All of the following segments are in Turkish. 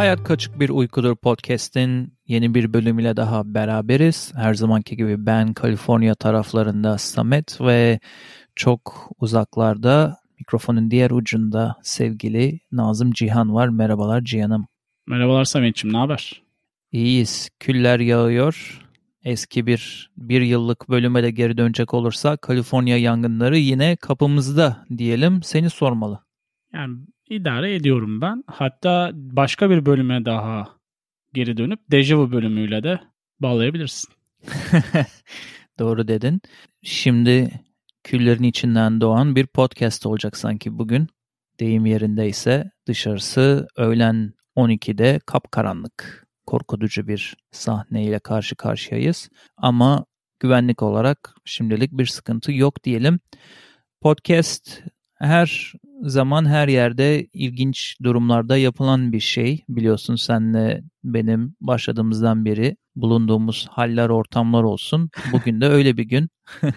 Hayat Kaçık Bir Uykudur podcast'in yeni bir bölümüyle daha beraberiz. Her zamanki gibi ben Kaliforniya taraflarında Samet ve çok uzaklarda mikrofonun diğer ucunda sevgili Nazım Cihan var. Merhabalar Cihan'ım. Merhabalar Samet'ciğim, ne haber? İyiyiz. Küller yağıyor. Eski bir yıllık bölüme de geri dönecek olursa Kaliforniya yangınları yine kapımızda diyelim. Seni sormalı. Yani idare ediyorum ben. Hatta başka bir bölüme daha geri dönüp Dejavu bölümüyle de bağlayabilirsin. Doğru dedin. Şimdi küllerin içinden doğan bir podcast olacak sanki bugün. Deyim yerindeyse dışarısı öğlen 12'de kapkaranlık. Korkutucu bir sahneyle karşı karşıyayız. Ama güvenlik olarak şimdilik bir sıkıntı yok diyelim. Podcast her zaman her yerde ilginç durumlarda yapılan bir şey. Biliyorsun senle benim başladığımızdan beri bulunduğumuz haller, ortamlar olsun. Bugün de öyle bir gün.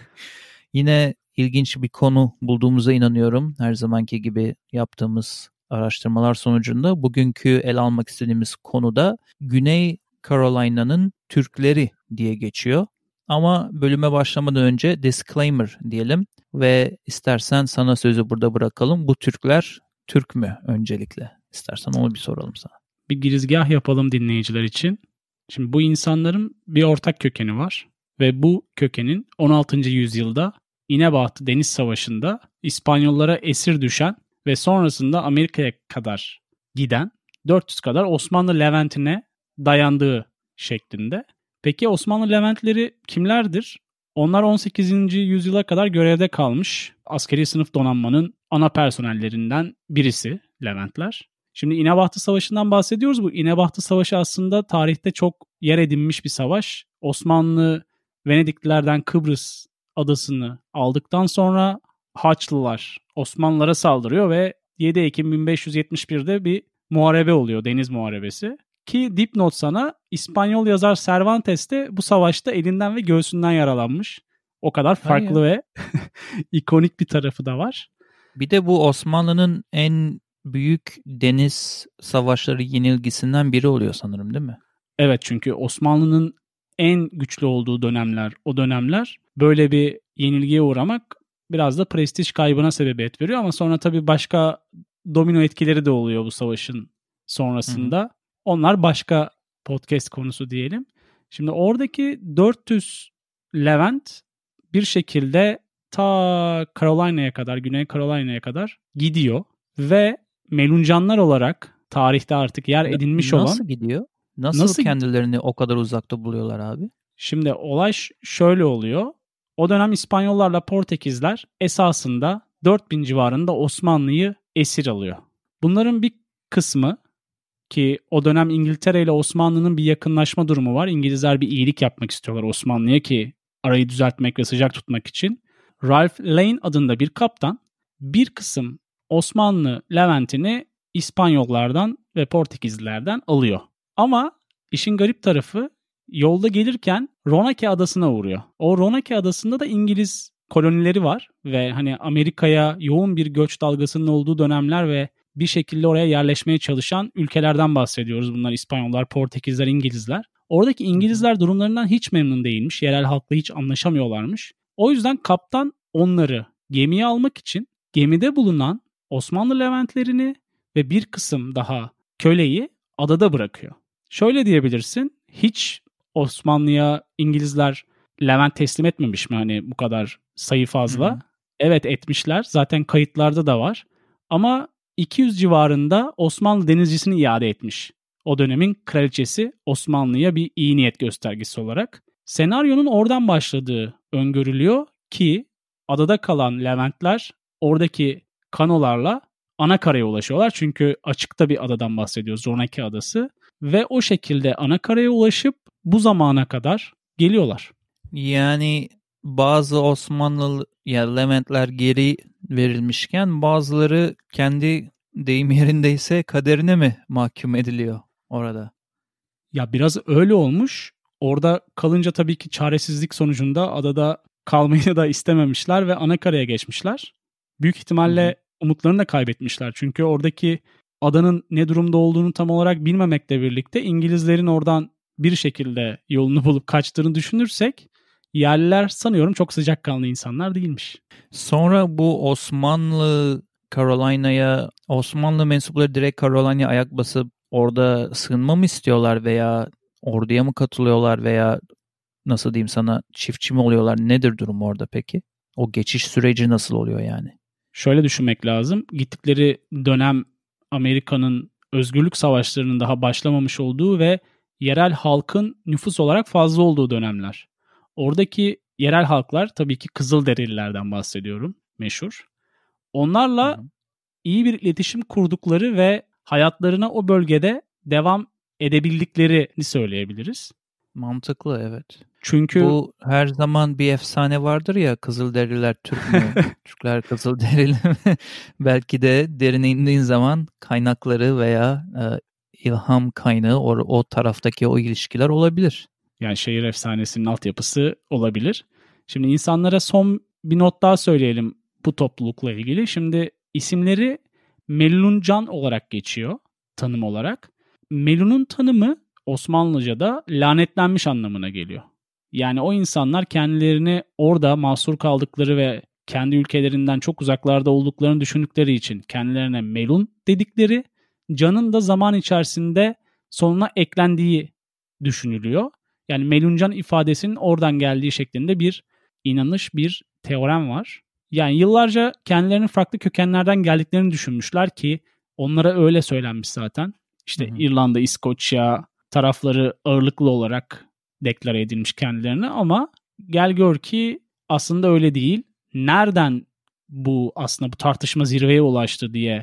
Yine ilginç bir konu bulduğumuza inanıyorum. Her zamanki gibi yaptığımız araştırmalar sonucunda bugünkü ele almak istediğimiz konuda Güney Carolina'nın Türkleri diye geçiyor. Ama bölüme başlamadan önce disclaimer diyelim ve istersen sana sözü burada bırakalım. Bu Türkler Türk mü öncelikle? İstersen onu bir soralım sana. Bir girizgah yapalım dinleyiciler için. Şimdi bu insanların bir ortak kökeni var ve bu kökenin 16. yüzyılda İnebahtı Deniz Savaşı'nda İspanyollara esir düşen ve sonrasında Amerika'ya kadar giden 400 kadar Osmanlı Leventine dayandığı şeklinde. Peki Osmanlı Leventleri kimlerdir? Onlar 18. yüzyıla kadar görevde kalmış askeri sınıf donanmanın ana personellerinden birisi Leventler. Şimdi İnebahtı Savaşı'ndan bahsediyoruz. Bu İnebahtı Savaşı aslında tarihte çok yer edinmiş bir savaş. Osmanlı Venediklilerden Kıbrıs adasını aldıktan sonra Haçlılar Osmanlılara saldırıyor ve 7 Ekim 1571'de bir muharebe oluyor, Deniz Muharebesi. Ki dipnot sana, İspanyol yazar Cervantes de bu savaşta elinden ve göğsünden yaralanmış. O kadar farklı ve ikonik bir tarafı da var. Bir de bu Osmanlı'nın en büyük deniz savaşları yenilgisinden biri oluyor sanırım, değil mi? Evet, çünkü Osmanlı'nın en güçlü olduğu dönemler, o dönemler böyle bir yenilgiye uğramak biraz da prestij kaybına sebebiyet veriyor. Ama sonra tabii başka domino etkileri de oluyor bu savaşın sonrasında. Hı. Onlar başka podcast konusu diyelim. Şimdi oradaki 400 Levent bir şekilde ta Carolina'ya kadar, Güney Carolina'ya kadar gidiyor ve Meluncanlar olarak tarihte artık yer edinmiş olan... Nasıl gidiyor? Nasıl kendilerini o kadar uzakta buluyorlar abi? Şimdi olay şöyle oluyor. O dönem İspanyollarla Portekizler esasında 4000 civarında Osmanlı'yı esir alıyor. Bunların bir kısmı, ki o dönem İngiltere ile Osmanlı'nın bir yakınlaşma durumu var. İngilizler bir iyilik yapmak istiyorlar Osmanlı'ya ki arayı düzeltmek ve sıcak tutmak için. Ralph Lane adında bir kaptan bir kısım Osmanlı Leventini İspanyollardan ve Portekizlilerden alıyor. Ama işin garip tarafı, yolda gelirken Ronake Adası'na uğruyor. O Ronake Adası'nda da İngiliz kolonileri var ve hani Amerika'ya yoğun bir göç dalgasının olduğu dönemler ve bir şekilde oraya yerleşmeye çalışan ülkelerden bahsediyoruz. Bunlar İspanyollar, Portekizler, İngilizler. Oradaki İngilizler durumlarından hiç memnun değilmiş. Yerel halkla hiç anlaşamıyorlarmış. O yüzden kaptan onları gemiye almak için gemide bulunan Osmanlı Leventlerini ve bir kısım daha köleyi adada bırakıyor. Şöyle diyebilirsin, hiç Osmanlı'ya İngilizler Levent teslim etmemiş mi? Hani bu kadar sayı fazla. Hı-hı. Evet, etmişler. Zaten kayıtlarda da var. Ama 200 civarında Osmanlı denizcisini iade etmiş. O dönemin kraliçesi Osmanlı'ya bir iyi niyet göstergesi olarak. Senaryonun oradan başladığı öngörülüyor ki adada kalan Leventler oradaki kanolarla ana karaya ulaşıyorlar. Çünkü açıkta bir adadan bahsediyoruz, Ronake Adası. Ve o şekilde ana karaya ulaşıp bu zamana kadar geliyorlar. Yani bazı Osmanlı Leventler geri verilmişken bazıları kendi deyim yerindeyse kaderine mi mahkum ediliyor orada? Ya biraz öyle olmuş. Orada kalınca tabii ki çaresizlik sonucunda adada kalmayı da istememişler ve ana karaya geçmişler. Büyük ihtimalle umutlarını da kaybetmişler. Çünkü oradaki adanın ne durumda olduğunu tam olarak bilmemekle birlikte İngilizlerin oradan bir şekilde yolunu bulup kaçtığını düşünürsek yerliler sanıyorum çok sıcakkanlı insanlar değilmiş. Sonra bu Osmanlı mensupları direkt Carolina'ya ayak basıp orada sığınma mı istiyorlar veya orduya mı katılıyorlar veya nasıl diyeyim sana çiftçi mi oluyorlar? Nedir durum orada peki? O geçiş süreci nasıl oluyor yani? Şöyle düşünmek lazım. Gittikleri dönem Amerika'nın özgürlük savaşlarının daha başlamamış olduğu ve yerel halkın nüfus olarak fazla olduğu dönemler. Oradaki yerel halklar tabii ki Kızılderililerden bahsediyorum, meşhur. Onlarla iyi bir iletişim kurdukları ve hayatlarına o bölgede devam edebildiklerini söyleyebiliriz. Mantıklı, evet. Çünkü bu her zaman bir efsane vardır ya, Kızılderililer Türk mü? Türkler Kızılderili mi? Belki de derine indiğin zaman kaynakları veya ilham kaynağı o taraftaki o ilişkiler olabilir. Yani şehir efsanesinin altyapısı olabilir. Şimdi insanlara son bir not daha söyleyelim bu toplulukla ilgili. Şimdi isimleri Meluncan olarak geçiyor tanım olarak. Melun'un tanımı Osmanlıca'da lanetlenmiş anlamına geliyor. Yani o insanlar kendilerini orada mahsur kaldıkları ve kendi ülkelerinden çok uzaklarda olduklarını düşündükleri için kendilerine Melun dedikleri, canın da zaman içerisinde sonuna eklendiği düşünülüyor. Yani Meluncan ifadesinin oradan geldiği şeklinde bir inanış, bir teorem var. Yani yıllarca kendilerinin farklı kökenlerden geldiklerini düşünmüşler ki onlara öyle söylenmiş zaten. İşte İrlanda, İskoçya tarafları ağırlıklı olarak deklare edilmiş kendilerine ama gel gör ki aslında öyle değil. Nereden bu aslında bu tartışma zirveye ulaştı diye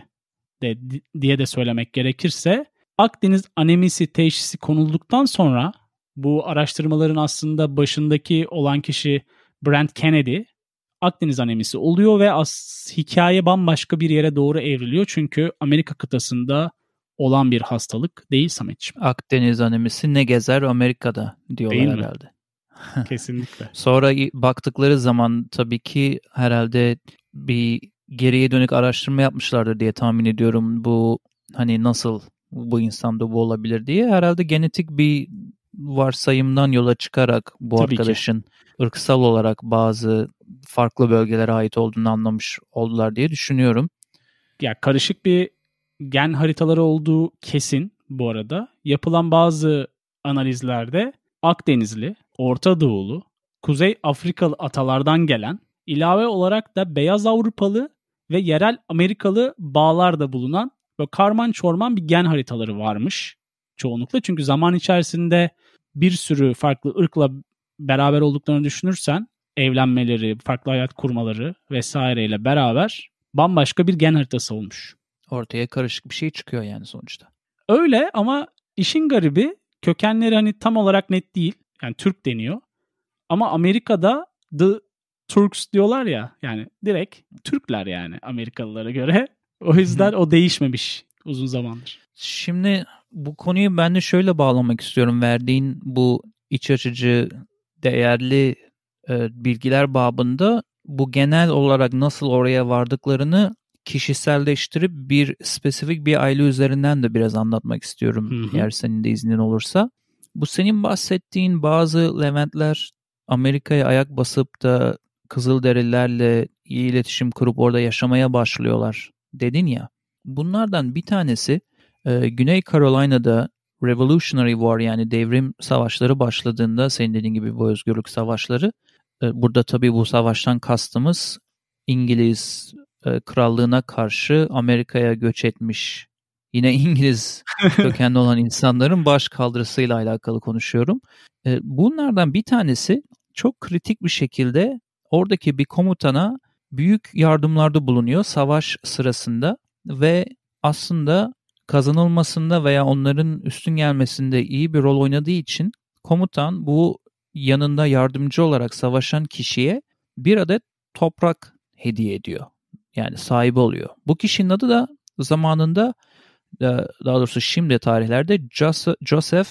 de söylemek gerekirse Akdeniz anemisi teşhisi konulduktan sonra bu araştırmaların aslında başındaki olan kişi Brent Kennedy Akdeniz anemisi oluyor ve hikaye bambaşka bir yere doğru evriliyor. Çünkü Amerika kıtasında olan bir hastalık değil Sametciğim. Akdeniz anemisi ne gezer Amerika'da diyorlar değil mi? Herhalde. Kesinlikle. Sonra baktıkları zaman tabii ki herhalde bir geriye dönük araştırma yapmışlardır diye tahmin ediyorum. Bu hani nasıl bu insanda bu olabilir diye. Herhalde genetik bir varsayımdan yola çıkarak bu Tabii arkadaşın ırksal olarak bazı farklı bölgelere ait olduğunu anlamış oldular diye düşünüyorum. Ya karışık bir gen haritaları olduğu kesin bu arada. Yapılan bazı analizlerde Akdenizli, Orta Doğulu, Kuzey Afrikalı atalardan gelen, ilave olarak da Beyaz Avrupalı ve yerel Amerikalı bağlar da bulunan böyle karman çorman bir gen haritaları varmış çoğunlukla. Çünkü zaman içerisinde bir sürü farklı ırkla beraber olduklarını düşünürsen evlenmeleri, farklı hayat kurmaları vesaireyle beraber bambaşka bir gen haritası olmuş. Ortaya karışık bir şey çıkıyor yani sonuçta. Öyle ama işin garibi kökenleri hani tam olarak net değil. Yani Türk deniyor. Ama Amerika'da The Turks diyorlar ya. Yani direkt Türkler yani Amerikalılara göre. O yüzden o değişmemiş uzun zamandır. Şimdi bu konuyu ben de şöyle bağlamak istiyorum. Verdiğin bu iç açıcı, değerli bilgiler babında bu genel olarak nasıl oraya vardıklarını kişiselleştirip bir spesifik bir aile üzerinden de biraz anlatmak istiyorum eğer senin de iznin olursa. Bu senin bahsettiğin bazı Leventler Amerika'ya ayak basıp da Kızılderililerle iyi iletişim kurup orada yaşamaya başlıyorlar dedin ya. Bunlardan bir tanesi Güney Carolina'da Revolutionary War yani devrim savaşları başladığında senin dediğin gibi bu özgürlük savaşları, burada tabii bu savaştan kastımız İngiliz krallığına karşı Amerika'ya göç etmiş yine İngiliz kökenli olan insanların baş kaldırısıyla alakalı konuşuyorum. Bunlardan bir tanesi çok kritik bir şekilde oradaki bir komutana büyük yardımlarda bulunuyor savaş sırasında ve aslında kazanılmasında veya onların üstün gelmesinde iyi bir rol oynadığı için komutan bu yanında yardımcı olarak savaşan kişiye bir adet toprak hediye ediyor. Yani sahibi oluyor. Bu kişinin adı da zamanında, daha doğrusu şimdi tarihlerde Joseph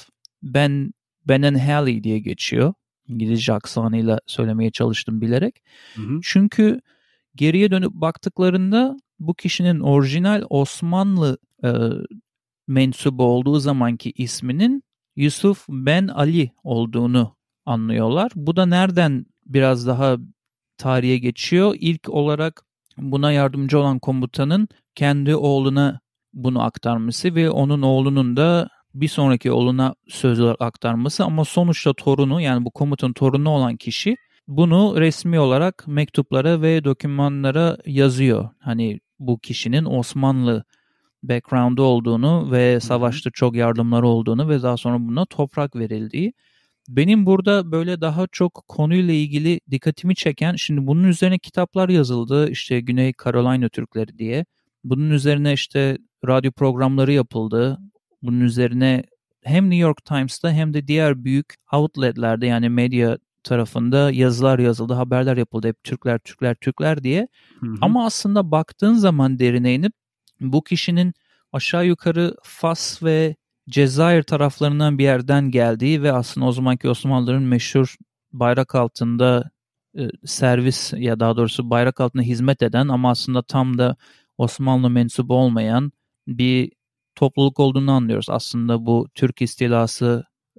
Benenhalley diye geçiyor. İngilizce aksanıyla söylemeye çalıştım bilerek. Çünkü geriye dönüp baktıklarında bu kişinin orijinal Osmanlı mensubu olduğu zamanki isminin Yusuf Ben Ali olduğunu anlıyorlar. Bu da nereden biraz daha tarihe geçiyor? İlk olarak buna yardımcı olan komutanın kendi oğluna bunu aktarması ve onun oğlunun da bir sonraki oğluna söz olarak aktarması, ama sonuçta torunu, yani bu komutanın torunu olan kişi bunu resmi olarak mektuplara ve dokümanlara yazıyor. Hani bu kişinin Osmanlı background'u olduğunu ve savaşta çok yardımları olduğunu ve daha sonra buna toprak verildiği. Benim burada böyle daha çok konuyla ilgili dikkatimi çeken, şimdi bunun üzerine kitaplar yazıldı, işte Güney Carolina Türkleri diye. Bunun üzerine işte radyo programları yapıldı. Bunun üzerine hem New York Times'ta hem de diğer büyük outletlerde, yani medya tarafında yazılar yazıldı, haberler yapıldı. Hep Türkler, Türkler, Türkler diye. Ama aslında baktığın zaman derine inip bu kişinin aşağı yukarı Fas ve Cezayir taraflarından bir yerden geldiği ve aslında o zamanki Osmanlıların meşhur bayrak altında servis, ya daha doğrusu bayrak altında hizmet eden ama aslında tam da Osmanlı mensubu olmayan bir topluluk olduğunu anlıyoruz. Aslında bu Türk istilası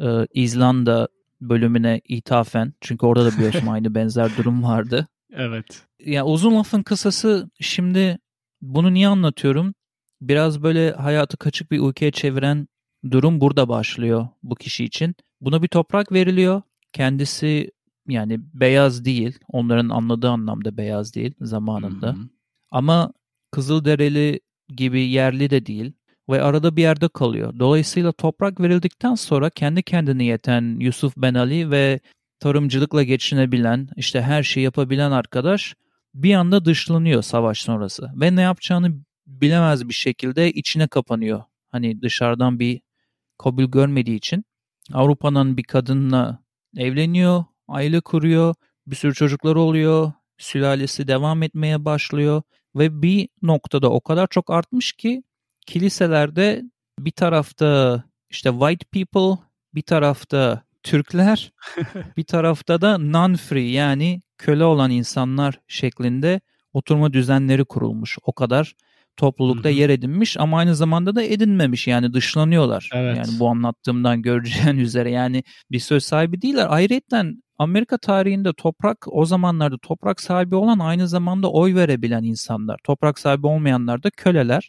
İzlanda bölümüne ithafen, çünkü orada da biliyorsun aynı benzer durum vardı. Evet. Ya uzun lafın kısası, şimdi bunu niye anlatıyorum? Biraz böyle hayatı kaçık bir ülkeye çeviren durum burada başlıyor bu kişi için. Buna bir toprak veriliyor. Kendisi yani beyaz değil. Onların anladığı anlamda beyaz değil zamanında. Ama Kızılderili gibi yerli de değil. Ve arada bir yerde kalıyor. Dolayısıyla toprak verildikten sonra kendi kendine yeten Yusuf Ben Ali ve tarımcılıkla geçinebilen, işte her şeyi yapabilen arkadaş bir anda dışlanıyor savaş sonrası. Ve ne yapacağını bilemez bir şekilde içine kapanıyor. Hani dışarıdan bir kabul görmediği için. Avrupa'nın bir kadınla evleniyor, aile kuruyor, bir sürü çocukları oluyor, sülalesi devam etmeye başlıyor. Ve bir noktada o kadar çok artmış ki kiliselerde bir tarafta işte white people, bir tarafta Türkler, bir tarafta da non-free, yani köle olan insanlar şeklinde oturma düzenleri kurulmuş. O kadar toplulukta yer edinmiş ama aynı zamanda da edinmemiş, yani dışlanıyorlar. Evet. Yani bu anlattığımdan göreceğin üzere, yani bir söz sahibi değiller. Ayrıyeten Amerika tarihinde toprak, o zamanlarda toprak sahibi olan aynı zamanda oy verebilen insanlar. Toprak sahibi olmayanlar da köleler.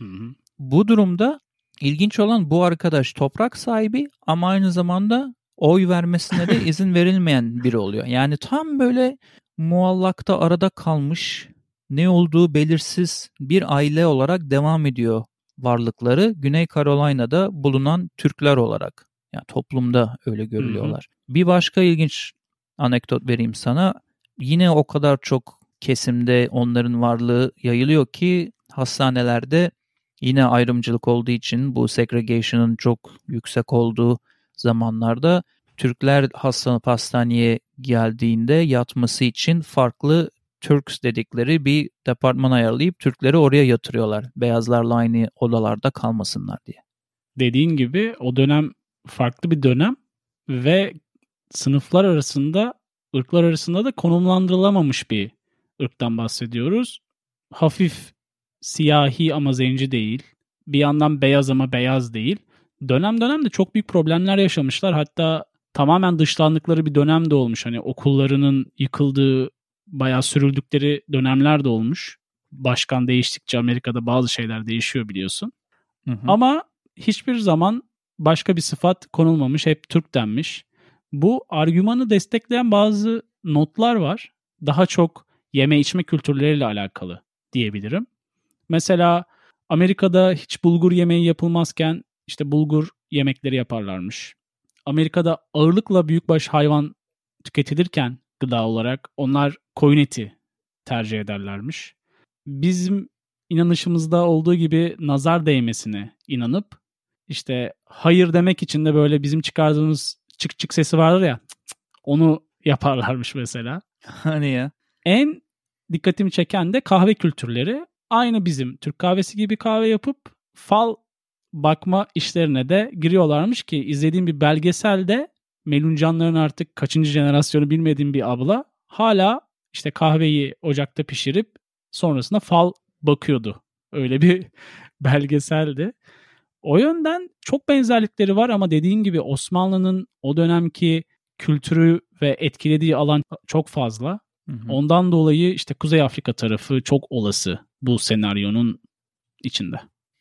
Bu durumda ilginç olan, bu arkadaş toprak sahibi ama aynı zamanda oy vermesine de izin verilmeyen biri oluyor. Yani tam böyle muallakta arada kalmış, ne olduğu belirsiz bir aile olarak devam ediyor varlıkları Güney Carolina'da bulunan Türkler olarak. Yani toplumda öyle görülüyorlar. Bir başka ilginç anekdot vereyim sana. Yine o kadar çok kesimde onların varlığı yayılıyor ki hastanelerde yine ayrımcılık olduğu için, bu segregation'ın çok yüksek olduğu zamanlarda Türkler hastaneye geldiğinde yatması için farklı Turks dedikleri bir departman ayarlayıp Türkleri oraya yatırıyorlar. Beyazlarla aynı odalarda kalmasınlar diye. Dediğin gibi o dönem farklı bir dönem ve sınıflar arasında, ırklar arasında da konumlandırılamamış bir ırktan bahsediyoruz. Hafif siyahi ama zenci değil. Bir yandan beyaz ama beyaz değil. Dönem dönem de çok büyük problemler yaşamışlar. Hatta tamamen dışlandıkları bir dönem de olmuş. Hani okullarının yıkıldığı, bayağı sürüldükleri dönemler de olmuş. Başkan değiştikçe Amerika'da bazı şeyler değişiyor biliyorsun. Ama hiçbir zaman başka bir sıfat konulmamış. Hep Türk denmiş. Bu argümanı destekleyen bazı notlar var. Daha çok yeme içme kültürleriyle alakalı diyebilirim. Mesela Amerika'da hiç bulgur yemeği yapılmazken işte bulgur yemekleri yaparlarmış. Amerika'da ağırlıkla büyükbaş hayvan tüketilirken gıda olarak onlar koyun eti tercih ederlermiş. Bizim inanışımızda olduğu gibi nazar değmesine inanıp işte hayır demek için de böyle bizim çıkardığımız çık çık sesi vardır ya, onu yaparlarmış mesela. Hani ya. En dikkatimi çeken de kahve kültürleri. Aynı bizim Türk kahvesi gibi kahve yapıp fal bakma işlerine de giriyorlarmış ki izlediğim bir belgeselde Meluncanların artık kaçıncı jenerasyonu bilmediğim bir abla hala işte kahveyi ocakta pişirip sonrasında fal bakıyordu. Öyle bir belgeseldi. O yönden çok benzerlikleri var ama dediğin gibi Osmanlı'nın o dönemki kültürü ve etkilediği alan çok fazla. Hı hı. Ondan dolayı işte Kuzey Afrika tarafı çok olası bu senaryonun içinde.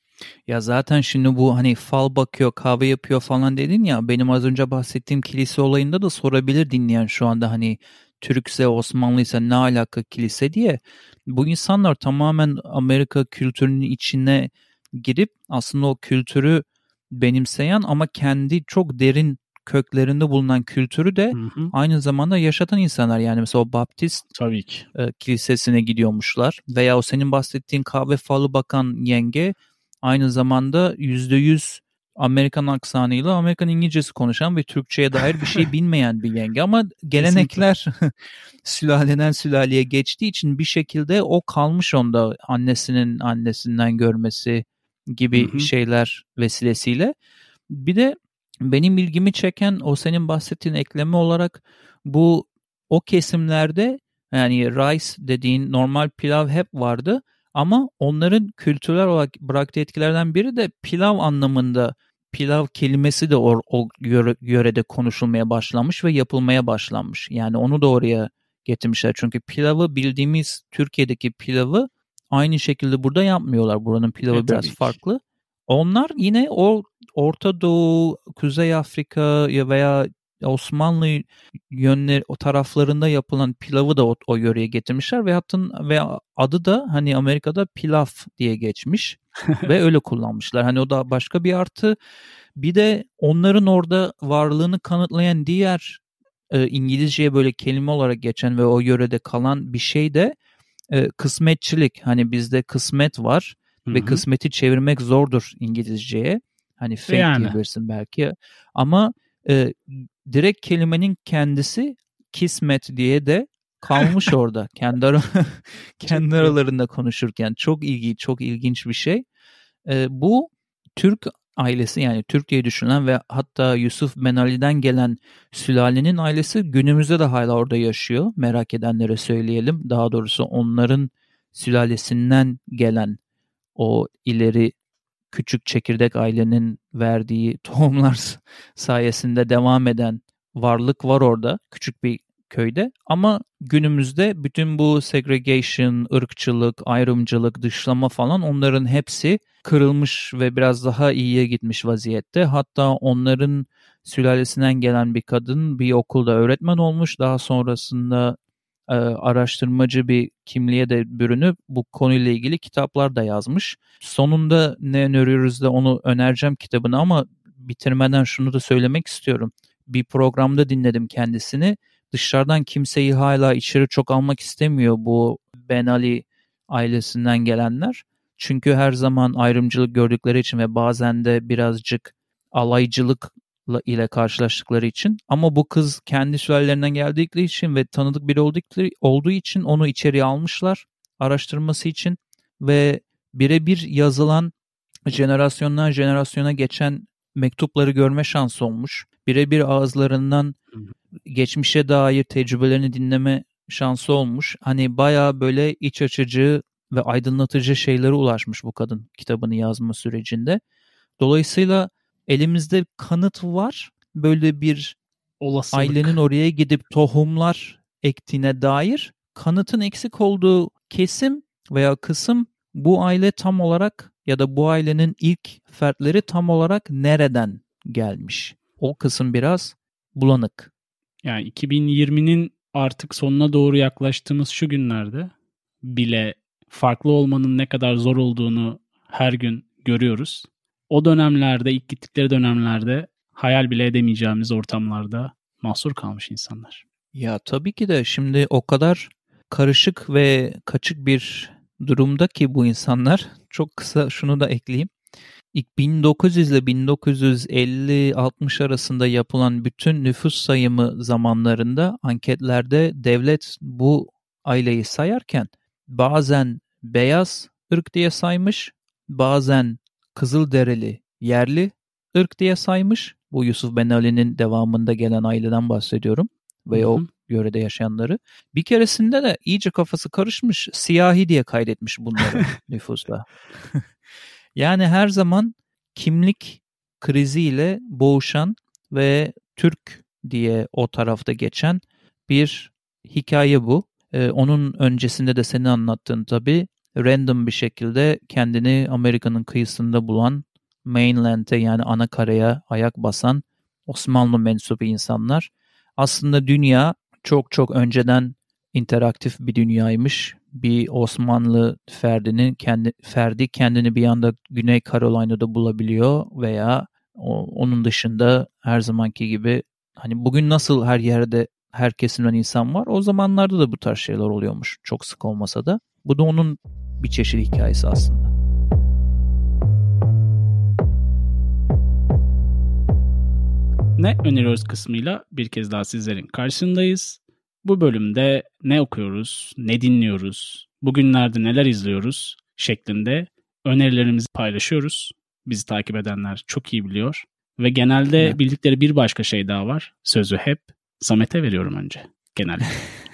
Ya zaten şimdi bu hani fal bakıyor, kahve yapıyor falan dedin ya, benim az önce bahsettiğim kilise olayında da sorabilir dinleyen şu anda, hani Türkse Osmanlıysa ne alaka kilise diye. Bu insanlar tamamen Amerika kültürünün içine girip aslında o kültürü benimseyen ama kendi çok derin köklerinde bulunan kültürü de aynı zamanda yaşatan insanlar. Yani mesela o Baptist Tabii ki. Kilisesine gidiyormuşlar veya o senin bahsettiğin kahve falı bakan yenge aynı zamanda %100 Amerikan aksanıyla Amerikan İngilizcesi konuşan ve Türkçe'ye dair bir şey bilmeyen bir yenge, ama gelenekler sülaleden sülaleye geçtiği için bir şekilde o kalmış onda, annesinin annesinden görmesi gibi şeyler vesilesiyle. Bir de benim ilgimi çeken o senin bahsettiğin ekleme olarak bu o kesimlerde, yani rice dediğin normal pilav hep vardı ama onların kültürel olarak bıraktığı etkilerden biri de pilav anlamında, pilav kelimesi de o yörede konuşulmaya başlamış ve yapılmaya başlanmış. Yani onu da oraya getirmişler. Çünkü pilavı, bildiğimiz Türkiye'deki pilavı aynı şekilde burada yapmıyorlar. Buranın pilavı biraz farklı. Onlar yine o Orta Doğu, Kuzey Afrika veya Osmanlı yönleri o taraflarında yapılan pilavı da o yöreye getirmişler ve adı da hani Amerika'da pilav diye geçmiş ve öyle kullanmışlar. Hani o da başka bir artı. Bir de onların orada varlığını kanıtlayan diğer İngilizceye böyle kelime olarak geçen ve o yörede kalan bir şey de kısmetçilik. Hani bizde kısmet var ve kısmeti çevirmek zordur İngilizceye. Hani fate diyebilirsin belki. Ama direkt kelimenin kendisi kismet diye de kalmış orada. Kendi aralarında konuşurken. Çok ilginç bir şey. Bu Türk ailesi, yani Türk diye düşünülen ve hatta Yusuf Ben Ali'den gelen sülalenin ailesi günümüzde de hala orada yaşıyor. Merak edenlere söyleyelim. Daha doğrusu onların sülalesinden gelen o ileri küçük çekirdek ailenin verdiği tohumlar sayesinde devam eden varlık var orada, küçük bir köyde. Ama günümüzde bütün bu segregation, ırkçılık, ayrımcılık, dışlama falan, onların hepsi kırılmış ve biraz daha iyiye gitmiş vaziyette. Hatta onların sülalesinden gelen bir kadın bir okulda öğretmen olmuş. Daha sonrasında araştırmacı bir kimliğe de bürünüp bu konuyla ilgili kitaplar da yazmış. Sonunda ne öneriyoruz da onu önereceğim kitabını, ama bitirmeden şunu da söylemek istiyorum. Bir programda dinledim kendisini. Dışarıdan kimseyi hala içeri çok almak istemiyor bu Ben Ali ailesinden gelenler. Çünkü her zaman ayrımcılık gördükleri için ve bazen de birazcık alaycılık ile karşılaştıkları için, ama bu kız kendi sülalelerinden geldikleri için ve tanıdık biri olduğu için onu içeriye almışlar araştırması için ve birebir yazılan, jenerasyondan jenerasyona geçen mektupları görme şansı olmuş. Birebir ağızlarından geçmişe dair tecrübelerini dinleme şansı olmuş. Hani bayağı böyle iç açıcı ve aydınlatıcı şeylere ulaşmış bu kadın kitabını yazma sürecinde. Dolayısıyla elimizde kanıt var. Böyle bir olasılık, ailenin oraya gidip tohumlar ektiğine dair. Kanıtın eksik olduğu kesim veya kısım, bu aile tam olarak ya da bu ailenin ilk fertleri tam olarak nereden gelmiş? O kısım biraz bulanık. Yani 2020'nin artık sonuna doğru yaklaştığımız şu günlerde bile farklı olmanın ne kadar zor olduğunu her gün görüyoruz. O dönemlerde, ilk gittikleri dönemlerde hayal bile edemeyeceğimiz ortamlarda mahsur kalmış insanlar. Ya tabii ki de şimdi o kadar karışık ve kaçık bir durumda ki bu insanlar. Çok kısa şunu da ekleyeyim. İlk 1900 ile 1950-60 arasında yapılan bütün nüfus sayımı zamanlarında anketlerde devlet bu aileyi sayarken bazen beyaz ırk diye saymış, bazen Kızılderili yerli ırk diye saymış. Bu Yusuf Ben Ali'nin devamında gelen aileden bahsediyorum. Ve o yörede yaşayanları. Bir keresinde de iyice kafası karışmış, siyahi diye kaydetmiş bunları nüfusta. Yani her zaman kimlik kriziyle boğuşan ve Türk diye o tarafta geçen bir hikaye bu. Onun öncesinde de senin anlattığın tabii random bir şekilde kendini Amerika'nın kıyısında bulan, mainland'e yani ana karaya ayak basan Osmanlı mensubu insanlar. Aslında dünya çok çok önceden interaktif bir dünyaymış. Bir Osmanlı ferdi kendini bir anda Güney Carolina'da bulabiliyor veya onun dışında her zamanki gibi hani bugün nasıl her yerde her kesimden insan var, o zamanlarda da bu tarz şeyler oluyormuş. Çok sık olmasa da. Bu da onun bir çeşit hikayesi aslında. Ne öneriyoruz kısmıyla bir kez daha sizlerin karşısındayız. Bu bölümde ne okuyoruz, ne dinliyoruz, bugünlerde neler izliyoruz şeklinde önerilerimizi paylaşıyoruz. Bizi takip edenler çok iyi biliyor. Ve genelde bildikleri bir başka şey daha var. Sözü hep Samet'e veriyorum önce. Genelde.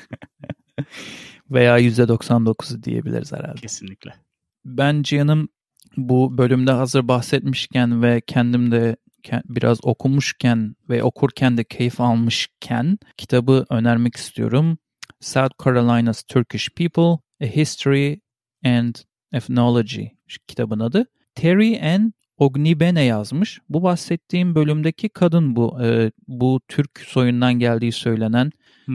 Veya %99'u diyebiliriz herhalde. Kesinlikle. Ben Cihan'ım bu bölümde hazır bahsetmişken ve kendim de biraz okumuşken ve okurken de keyif almışken kitabı önermek istiyorum. South Carolina's Turkish People, A History and Ethnology kitabın adı. Terry Ann Ognibene yazmış. Bu bahsettiğim bölümdeki kadın bu. Bu Türk soyundan geldiği söylenen,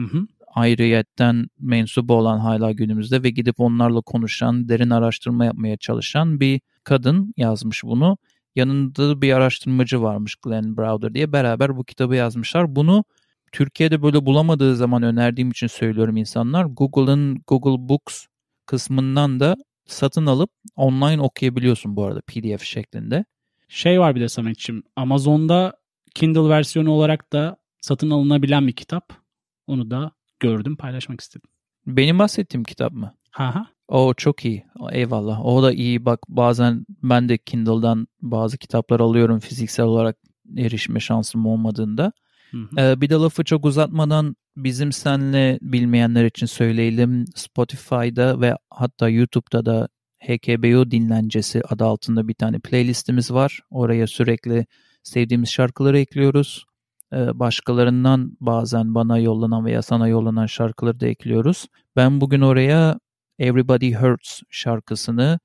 ayrıyetten mensubu olan hala günümüzde ve gidip onlarla konuşan, derin araştırma yapmaya çalışan bir kadın yazmış bunu. Yanında bir araştırmacı varmış, Glenn Browder diye. Beraber bu kitabı yazmışlar. Bunu Türkiye'de böyle bulamadığı zaman önerdiğim için söylüyorum insanlar. Google'ın Google Books kısmından da satın alıp online okuyabiliyorsun bu arada PDF şeklinde. Şey var bir de Samet'ciğim, Amazon'da Kindle versiyonu olarak da satın alınabilen bir kitap. Onu da gördüm, paylaşmak istedim. Benim bahsettiğim kitap mı? Ha. O çok iyi. Eyvallah. O da iyi. Bak bazen ben de Kindle'dan bazı kitaplar alıyorum fiziksel olarak erişme şansım olmadığında. Bir de lafı çok uzatmadan bizim senle bilmeyenler için söyleyelim. Spotify'da ve hatta YouTube'da da HKBO dinlencesi adı altında bir tane playlistimiz var. Oraya sürekli sevdiğimiz şarkıları ekliyoruz. Başkalarından bazen bana yollanan veya sana yollanan şarkıları da ekliyoruz. Ben bugün oraya Everybody Hurts şarkısını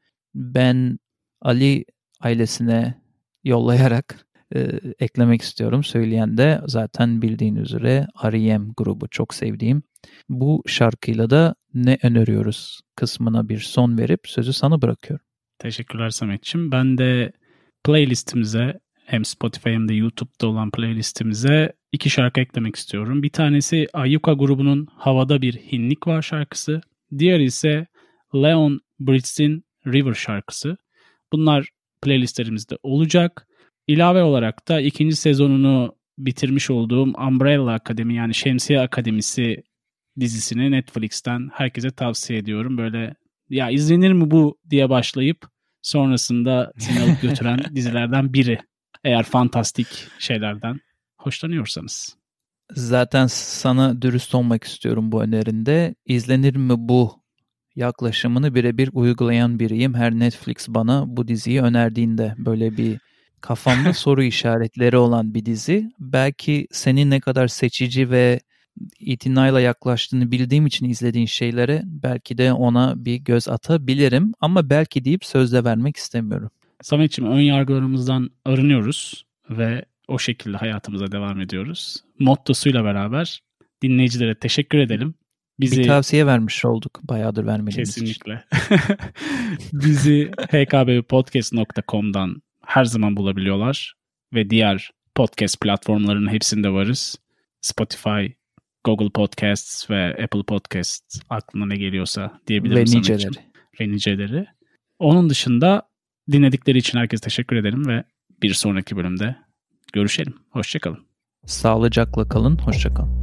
ben Ali ailesine yollayarak eklemek istiyorum. Söyleyen de zaten bildiğin üzere R.E.M. grubu, çok sevdiğim. Bu şarkıyla da ne öneriyoruz kısmına bir son verip sözü sana bırakıyorum. Teşekkürler Samet'ciğim. Ben de playlistimize, hem Spotify hem de YouTube'da olan playlistimize 2 şarkı eklemek istiyorum. Bir tanesi Ayyuka grubunun Havada Bir Hinlik Var şarkısı. Diğeri ise Leon Bridges'in River şarkısı. Bunlar playlistlerimizde olacak. İlave olarak da 2. sezonunu bitirmiş olduğum Umbrella Akademi, yani Şemsiye Akademisi dizisini Netflix'ten herkese tavsiye ediyorum. Böyle ya izlenir mi bu diye başlayıp sonrasında seni alıp götüren dizilerden biri. Eğer fantastik şeylerden hoşlanıyorsanız. Zaten sana dürüst olmak istiyorum bu önerinde. İzlenir mi bu yaklaşımını birebir uygulayan biriyim. Her Netflix bana bu diziyi önerdiğinde böyle bir kafamda soru işaretleri olan bir dizi. Belki senin ne kadar seçici ve itinayla yaklaştığını bildiğim için izlediğin şeylere belki de ona bir göz atabilirim. Ama belki deyip sözde vermek istemiyorum. Samet'ciğim, ön yargılarımızdan arınıyoruz ve o şekilde hayatımıza devam ediyoruz. Mottosuyla beraber dinleyicilere teşekkür edelim. Bir tavsiye vermiş olduk bayağıdır vermediğimiz için. Kesinlikle. Bizi hkbpodcast.com'dan her zaman bulabiliyorlar ve diğer podcast platformlarının hepsinde varız. Spotify, Google Podcasts ve Apple Podcasts, aklına ne geliyorsa diyebilirim Samet'ciğim. Ve niceleri. Onun dışında dinledikleri için herkese teşekkür ederim ve bir sonraki bölümde görüşelim. Hoşça kalın. Sağlıcakla kalın. Hoşça kalın.